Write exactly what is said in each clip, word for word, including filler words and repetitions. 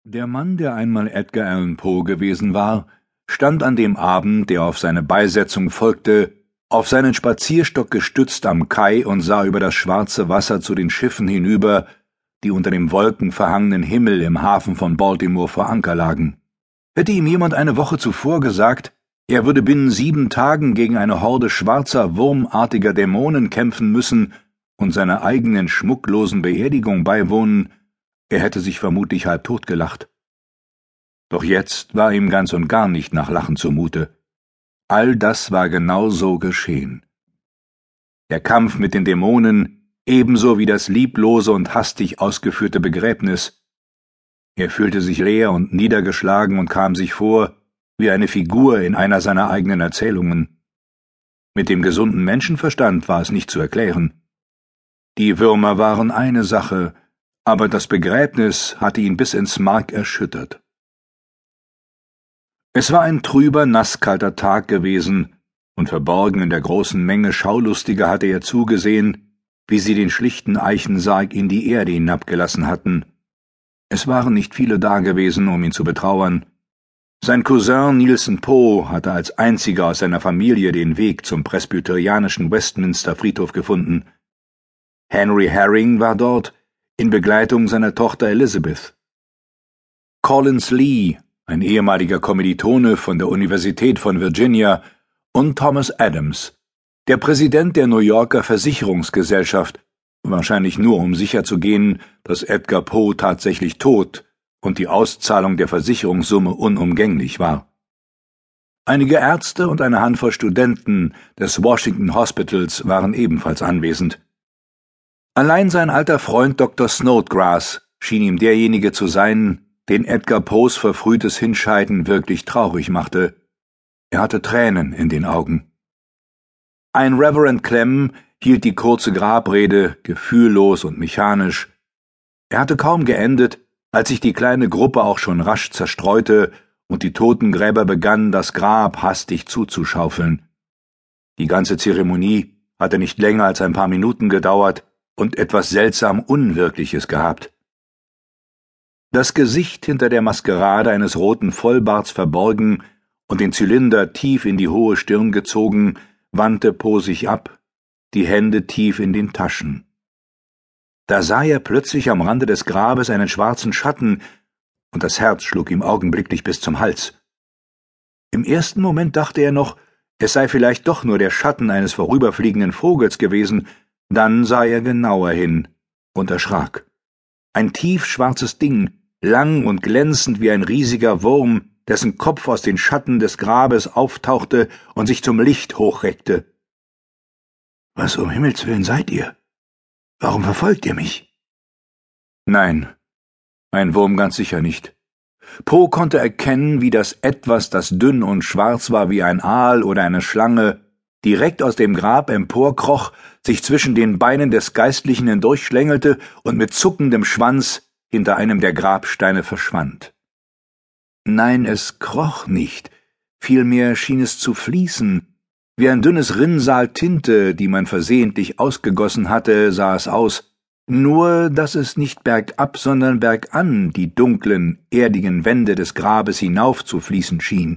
Der Mann, der einmal Edgar Allan Poe gewesen war, stand an dem Abend, der auf seine Beisetzung folgte, auf seinen Spazierstock gestützt am Kai und sah über das schwarze Wasser zu den Schiffen hinüber, die unter dem wolkenverhangenen Himmel im Hafen von Baltimore vor Anker lagen. Hätte ihm jemand eine Woche zuvor gesagt, er würde binnen sieben Tagen gegen eine Horde schwarzer, wurmartiger Dämonen kämpfen müssen und seiner eigenen schmucklosen Beerdigung beiwohnen, er hätte sich vermutlich halb tot gelacht. Doch jetzt war ihm ganz und gar nicht nach Lachen zumute. All das war genau so geschehen. Der Kampf mit den Dämonen, ebenso wie das lieblose und hastig ausgeführte Begräbnis. Er fühlte sich leer und niedergeschlagen und kam sich vor wie eine Figur in einer seiner eigenen Erzählungen. Mit dem gesunden Menschenverstand war es nicht zu erklären. Die Würmer waren eine Sache, aber das Begräbnis hatte ihn bis ins Mark erschüttert. Es war ein trüber, nasskalter Tag gewesen, und verborgen in der großen Menge Schaulustiger hatte er zugesehen, wie sie den schlichten Eichensarg in die Erde hinabgelassen hatten. Es waren nicht viele da gewesen, um ihn zu betrauern. Sein Cousin Nielsen Poe hatte als einziger aus seiner Familie den Weg zum presbyterianischen Westminster Friedhof gefunden. Henry Herring war dort, in Begleitung seiner Tochter Elizabeth. Collins Lee, ein ehemaliger Kommilitone von der Universität von Virginia, und Thomas Adams, der Präsident der New Yorker Versicherungsgesellschaft, wahrscheinlich nur um sicherzugehen, dass Edgar Poe tatsächlich tot und die Auszahlung der Versicherungssumme unumgänglich war. Einige Ärzte und eine Handvoll Studenten des Washington Hospitals waren ebenfalls anwesend. Allein sein alter Freund Doktor Snodgrass schien ihm derjenige zu sein, den Edgar Poes verfrühtes Hinscheiden wirklich traurig machte. Er hatte Tränen in den Augen. Ein Reverend Clem hielt die kurze Grabrede, gefühllos und mechanisch. Er hatte kaum geendet, als sich die kleine Gruppe auch schon rasch zerstreute und die Totengräber begannen, das Grab hastig zuzuschaufeln. Die ganze Zeremonie hatte nicht länger als ein paar Minuten gedauert und etwas seltsam Unwirkliches gehabt. Das Gesicht hinter der Maskerade eines roten Vollbarts verborgen und den Zylinder tief in die hohe Stirn gezogen, wandte Poe sich ab, die Hände tief in den Taschen. Da sah er plötzlich am Rande des Grabes einen schwarzen Schatten, und das Herz schlug ihm augenblicklich bis zum Hals. Im ersten Moment dachte er noch, es sei vielleicht doch nur der Schatten eines vorüberfliegenden Vogels gewesen. Dann sah er genauer hin und erschrak. Ein tiefschwarzes Ding, lang und glänzend wie ein riesiger Wurm, dessen Kopf aus den Schatten des Grabes auftauchte und sich zum Licht hochreckte. »Was um Himmels willen seid ihr? Warum verfolgt ihr mich?« Nein, ein Wurm ganz sicher nicht. Poe konnte erkennen, wie das Etwas, das dünn und schwarz war wie ein Aal oder eine Schlange, direkt aus dem Grab emporkroch, sich zwischen den Beinen des Geistlichen hindurchschlängelte und mit zuckendem Schwanz hinter einem der Grabsteine verschwand. Nein, es kroch nicht, vielmehr schien es zu fließen. Wie ein dünnes Rinnsal Tinte, die man versehentlich ausgegossen hatte, sah es aus, nur dass es nicht bergab, sondern bergan die dunklen, erdigen Wände des Grabes hinauf zu fließen schien.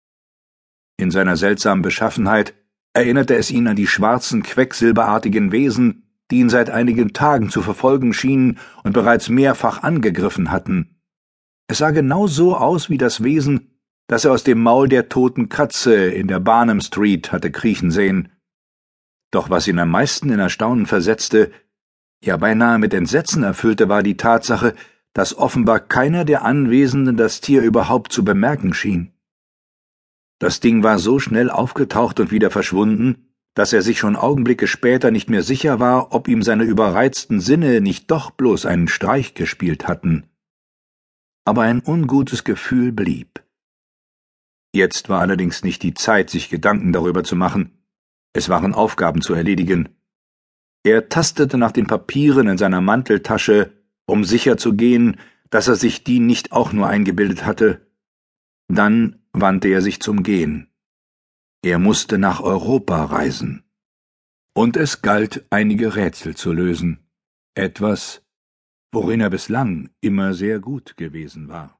In seiner seltsamen Beschaffenheit erinnerte es ihn an die schwarzen, quecksilberartigen Wesen, die ihn seit einigen Tagen zu verfolgen schienen und bereits mehrfach angegriffen hatten. Es sah genau so aus wie das Wesen, das er aus dem Maul der toten Katze in der Barnum Street hatte kriechen sehen. Doch was ihn am meisten in Erstaunen versetzte, ja beinahe mit Entsetzen erfüllte, war die Tatsache, dass offenbar keiner der Anwesenden das Tier überhaupt zu bemerken schien. Das Ding war so schnell aufgetaucht und wieder verschwunden, dass er sich schon Augenblicke später nicht mehr sicher war, ob ihm seine überreizten Sinne nicht doch bloß einen Streich gespielt hatten. Aber ein ungutes Gefühl blieb. Jetzt war allerdings nicht die Zeit, sich Gedanken darüber zu machen. Es waren Aufgaben zu erledigen. Er tastete nach den Papieren in seiner Manteltasche, um sicher zu gehen, dass er sich die nicht auch nur eingebildet hatte. Dann wandte er sich zum Gehen. Er musste nach Europa reisen. Und es galt, einige Rätsel zu lösen. Etwas, worin er bislang immer sehr gut gewesen war.